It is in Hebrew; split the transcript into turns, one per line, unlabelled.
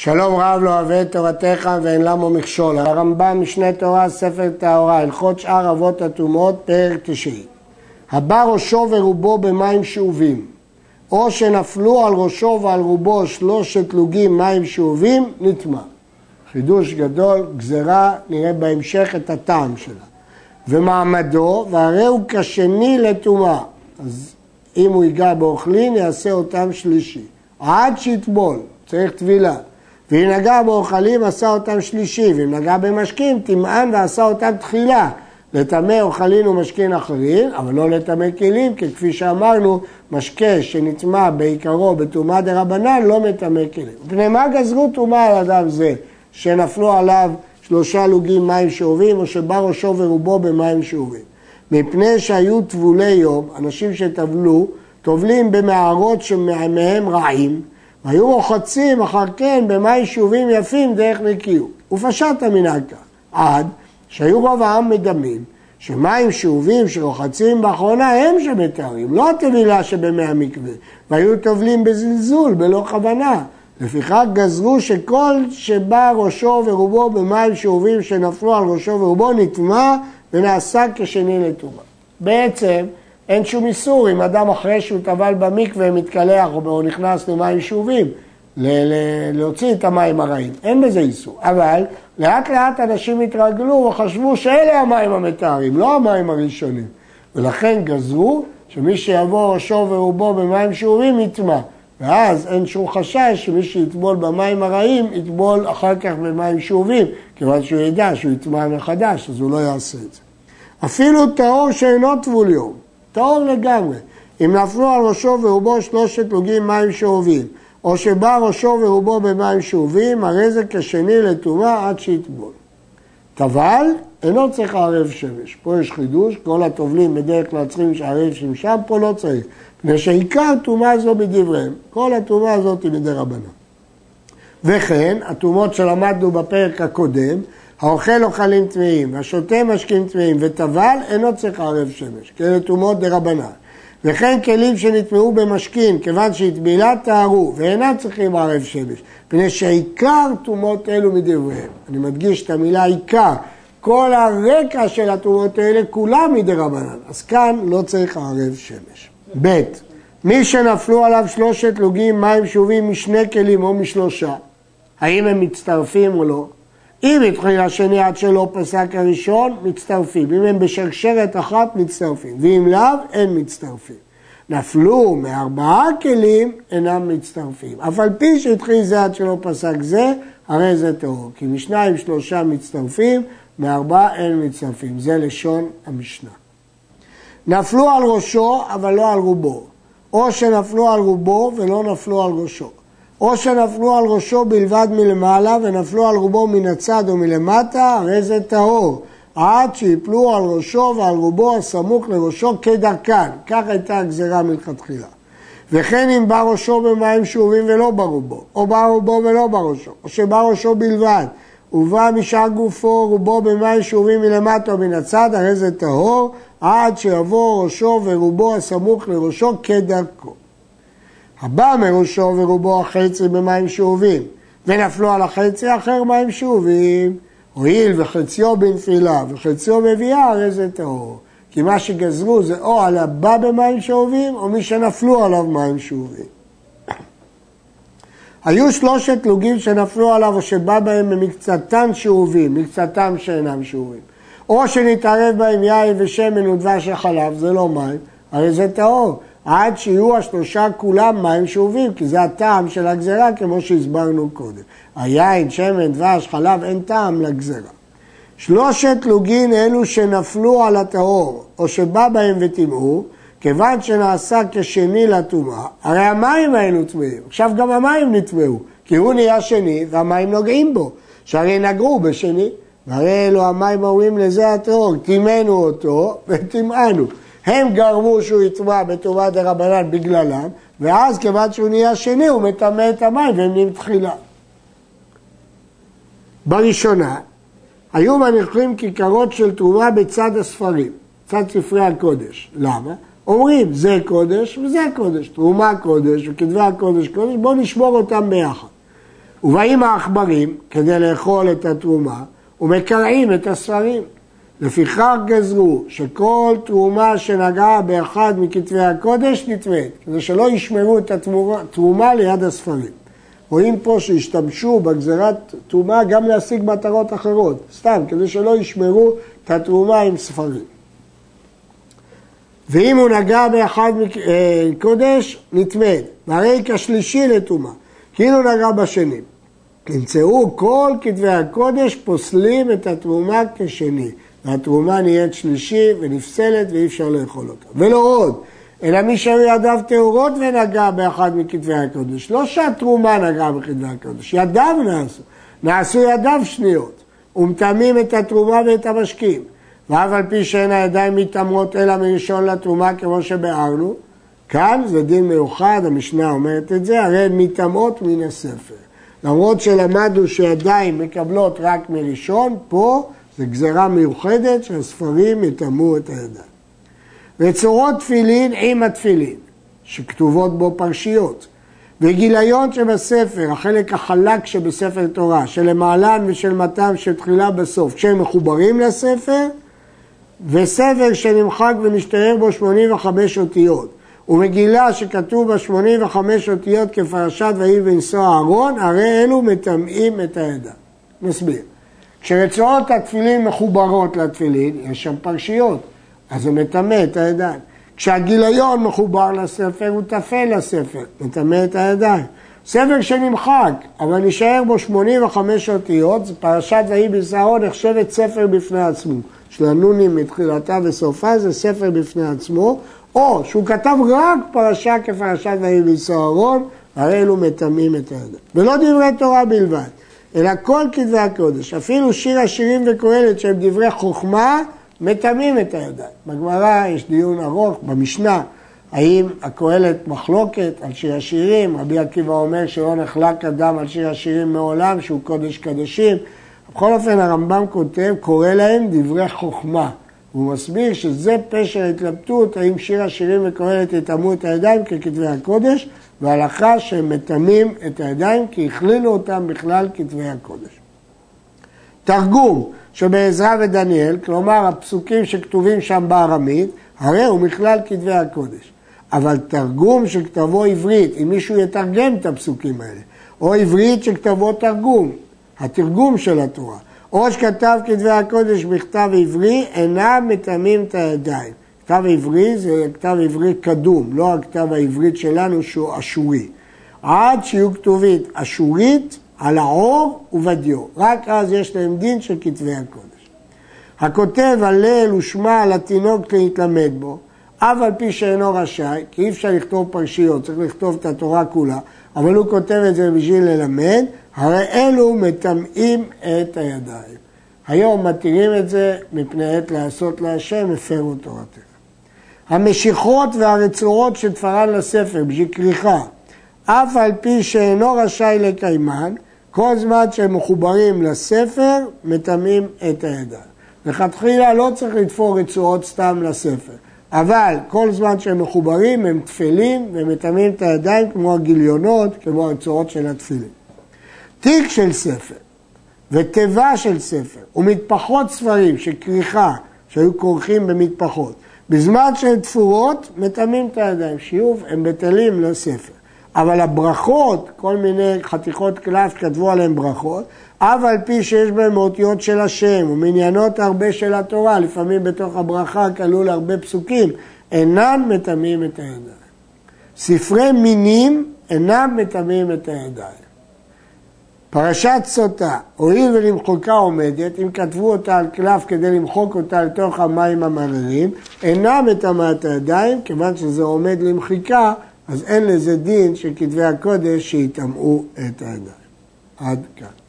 שלום רב לא אוהב את תורתך ואין למו מכשול. הרמב"ם משנה תורה ספר טהרה הלכות שאר אבות הטומאות פרק 9. הבא ראשו ורובו במים שאובים או שנפלו על ראשו ועל רובו 3 לוגים מים שאובים נטמא. חידוש גדול, גזרה, נראה בהמשך את הטעם שלה. ומעמדו והרי הוא כשני לטומאה, אז אם הוא ייגע באוכלין יעשה אותם שלישי עד שיטבול, צריך טבילה. ואם נגע באוכלים עשה אותם שלישי, ואם נגע במשקים תמען ועשה אותם תחילה, לטמא אוכלים ומשקים אחרים, אבל לא לטמא כלים, כי כפי שאמרנו, משקה שנטמא בעיקרו בטומאה דרבנן לא מטמא כלים. מפני מה גזרו טומאה על אדם זה, שנפלו עליו 3 לוגים מים שאובים, או שבא ראשו ורובו במים שאובים? מפני שהיו טבולי יום, אנשים שטבלו, טובלים במערות שמהם רעים, והיו רוחצים אחר כן במים שאובים יפים דרך נקיות. ופשט המנהג כך, עד שהיו רוב העם מדמים, שמים שאובים שרוחצים באחרונה הם שמתארים, לא הטבילה שבמי המקווה, והיו טובלים בזלזול, בלא כוונה. לפיכך גזרו שכל שבא ראשו ורובו במים שאובים שנפלו על ראשו ורובו נטמא ונעשה כשני לטומאה. בעצם אין שום איסור אם אדם אחרי שהוא טבל במקווה מתקלח או נכנס למים שאובים להוציא את המים הרעים, אין בזה איסור. אבל לאט לאט אנשים התרגלו וחשבו שאלה המים המטהרים, לא המים הראשונים, ולכן גזרו שמי שיבוא ראשו ורובו במים שאובים יטמא, ואז אין שום חשש שמי שיטבול במים הרעים יטבול אחר כך במים שאובים, כיוון שהוא ידע שהוא יטמא מחדש, אז הוא לא יעשה את זה. אפילו טהור שאינו טבול יום, טהור לגמרי, אם נפלו על ראשו ורובו 3 לוגים מים שאובים, או שבא ראשו ורובו במים שאובים, הרי זה כשני לטומאה עד שיטבול. טבל אינו צריך ערב שמש, פה יש חידוש, כל הטובלים בדרך כלל צריכים שערב שמשם, פה לא צריך, מפני שעיקר טומאה זו בדבריהם, כל הטומאה הזאת היא מדי רבנן. וכן, הטומאות שלמדנו בפרק הקודם, האוכל אוכלים טמאים, והשותה משקים טמאים, וטבל אינו צריך ערב שמש, כאלה טומאות דרבנן. וכן כלים שנטמאו במשקים, כיוון שהטבילה טהרו, ואינם צריכים ערב שמש, מפני שעיקר טומאות אלו מדבריהם. אני מדגיש את המילה עיקר, כל הרקע של הטומאות האלה כולם מדרבנן, אז כאן לא צריך ערב שמש. ב' מי שנפלו עליו 3 לוגים מים שאובים משני כלים או מ3, האם הם מצטרפים או לא? אם התחיל השני עד שלא פסק הראשון, מצטרפים. אם הם בשרשרת אחת, מצטרפים. ואם לאו, אין מצטרפים. נפלו מ4 כלים, אינם מצטרפים. אף על פי שהתחיל זה עד שלא פסק זה, הרי זה טהור. כי מ2 3 מצטרפים, מ4 אין מצטרפים. זה לשון המשנה. נפלו על ראשו, אבל לא על רובו. או שנפלו על רובו ולא נפלו על ראשו. או שנפלו על ראשו בלבד מלמעלה ונפלו על רובו מן הצד או מלמטה, הרי זה טהור, עד שיפלו על ראשו ועל רובו הסמוך לראשו כדרכן, כך הייתה הגזרה מלכתחילה. וכן אם בא ראשו במים שאובים ולא ברובו, או בא רובו ולא בראשו, או שבא ראשו בלבד, ובא משאר גופו רובו במים שאובים מלמטה או מן הצד, הרי זה טהור, עד שיבוא ראשו ורובו הסמוך לראשו כדרכו. הבא מראשו ורובו החצי במים שאובים, ונפלו על החצי אחר מים שאובים, הואיל וחציו בנפילה וחציו מביאה, הרי זה טהור. כי מה שגזרו זה או על הבא במים שאובים, או מי שנפלו עליו מים שאובים. היו 3 לוגים שנפלו עליו, או שבא בהם ממקצתן שאובים, מקצתם שאינם שאובים. או שנתערב בהם יין ושמן ודבש החלב, זה לא מים, הרי זה טהור. עד שיהיו 3 כולם מים שאובים, כי זה הטעם של הגזרה, כמו שהסברנו קודם. היין, שמן, דבש, חלב, אין טעם לגזרה. 3 לוגים אלו שנפלו על הטהור, או שבא בהם וטמאו, כיוון שנעשה כשני לטומאה, הרי המים האלו טמאים. עכשיו גם המים נטמאו, כי הוא נהיה שני והמים נוגעים בו, שהרי נגעו בשני, והרי אלו המים אומרים לזה הטהור, טימאנו אותו וטמאנו. הם גרמו שהוא יטמא בטומאה דרבנן בגללם, ואז כיוון שהוא נהיה שני הוא מטמא את המים והם נהיים תחילה. בראשונה, היו מניחים כיכרות של תרומה בצד הספרים, צד ספרי הקודש. למה? אומרים זה קודש וזה קודש, תרומה קודש וכתבי הקודש קודש, בואו נשמור אותם ביחד. ובאים העכברים כדי לאכול את התרומה ומקרעים את הספרים. לפיכך גזרו שכל תרומה שנגעה באחד מכתבי הקודש נטמאת, כדי שלא ישמרו את התרומה ליד הספרים. רואים פה שהשתמשו בגזרת תרומה גם להשיג מטרות אחרות, סתם, כדי שלא ישמרו את התרומה עם ספרים. ואם הוא נגע באחד מקודש, נטמאת, והרי כשלישי לתרומה, כאילו נגע בשני. נמצאו כל כתבי הקודש פוסלים את התרומה כשני, והתרומה נהיית שלישי ונפסלת ואי אפשר לאכול אותה. ולא עוד, אלא מי שהיו ידיו טהורות ונגע באחד מכתבי הקודש. לא שהתרומה נגעה בכתבי הקודש, ידיו נעשו ידיו שניות, ומטמאים את התרומה ואת המשקים. ואף על פי שאין הידיים מתאמרות אלא מראשון לתרומה כמו שבארנו, כאן זה דין מיוחד, המשנה אומרת את זה, הרי הן מתאמרות מן הספר. למרות שלמדנו שידיים מקבלות רק מראשון, פה זה גזרה מיוחדת שהספרים יטמאו את הידיים. וצורות תפילין עם התפילין, שכתובות בו פרשיות, וגיליון שבספר, החלק החלק שבספר תורה, שלמעלן ושלמתם של תחילה בסוף, כשהם מחוברים לספר, וספר שנמחק ומשתער בו 85 אותיות, ומגילה שכתוב בה 85 אותיות כפרשת ויהי בנשוא אהרון, הרי אלו מטמאים את הידיים. נסביר. כשרצועות התפילין מחוברות לתפילין, יש שם פרשיות, אז זה מטמא את הידיים. כשהגיליון מחובר לספר, הוא טפל לספר, מטמא את הידיים. ספר שנמחק, אבל נשאר בו 85 אותיות, זה פרשת ויהי בנשוא אהרון, נחשבת ספר בפני עצמו. של הנונים מתחילתה וסופה, זה ספר בפני עצמו, או שהוא כתב רק פרשה כפרשת ויהי בנשוא אהרון, הרי אלו מטמאים את הידיים. ולא דברי תורה בלבד, אלא כל כתבי הקודש, אפילו שיר השירים וקהלת שהם דברי חוכמה, מטמאים את הידיים. בגמרא יש דיון ארוך במשנה, האם הקהלת מחלוקת על שיר השירים, רבי עקיבא אומר שלא נחלק אדם על שיר השירים מעולם, שהוא קודש קדשים. בכל אופן הרמב"ם כותב, קורא להם דברי חוכמה. הוא מסביר שזה פשר התלבטות, האם שיר השירים וקהלת יטמאו את הידיים ככתבי הקודש, והלכה שהם מטמאים את הידיים כי הכלילו אותם בכלל כתבי הקודש. תרגום שבעזרא ודניאל, כלומר הפסוקים שכתובים שם בארמית, הרי הוא מכלל כתבי הקודש. אבל תרגום שכתבו עברית, אם מישהו יתרגם את הפסוקים האלה, או עברית שכתבו תרגום, התרגום של התורה, או שכתב כתבי הקודש בכתב עברי, אינם מטמאים את הידיים. כתב עברי זה כתב עברי קדום, לא הכתב העברית שלנו שהוא אשורי. עד שיהיו כתובית אשורית על העור ובדיו. רק אז יש להם דין של כתבי הקודש. הכותב הלל ושמע על התינוק להתלמד בו, אף על פי שאינו רשאי, כי אי אפשר לכתוב פרשיות, צריך לכתוב את התורה כולה, אבל הוא כותב את זה בשביל ללמד, הרי אלו מטמאים את הידיים. היום מתירים את זה מפני עת לעשות להשם, הפרו תורתך. המשיכות והרצועות של תפרן לספר בשביל כריכה, אף על פי שאינו רשאי לקיימן, כל זמן שהם מחוברים לספר, מטמאים את הידיים. לכתחילה לא צריך לתפור רצועות סתם לספר, אבל כל זמן שהם מחוברים הם תפלים ומטמאים את הידיים כמו הגיליונות, כמו הרצועות של התפילין. תיק של ספר וטבע של ספר ומטפחות ספרים של כריכה שהיו כורכים במטפחות, בזמן שהן תפורות מטמאים את הידיים, שיוב הם בטלים לספר. אבל הברכות, כל מיני חתיכות קלף כתבו עליהן ברכות, אף על פי שיש בהן אותיות של השם ומניינות הרבה של התורה, לפעמים בתוך הברכה כלול הרבה פסוקים, אינם מטמאים את הידיים. ספרי מינים אינם מטמאים את הידיים. פרשת סוטה, הואיל ולמחוקה עומדת, אם כתבו אותה על קלף כדי למחוק אותה לתוך המים המררים, אינה מטמאה את הידיים, כיוון שזה עומד למחיקה, אז אין לזה דין של כתבי הקודש שיטמאו את הידיים. עד כאן.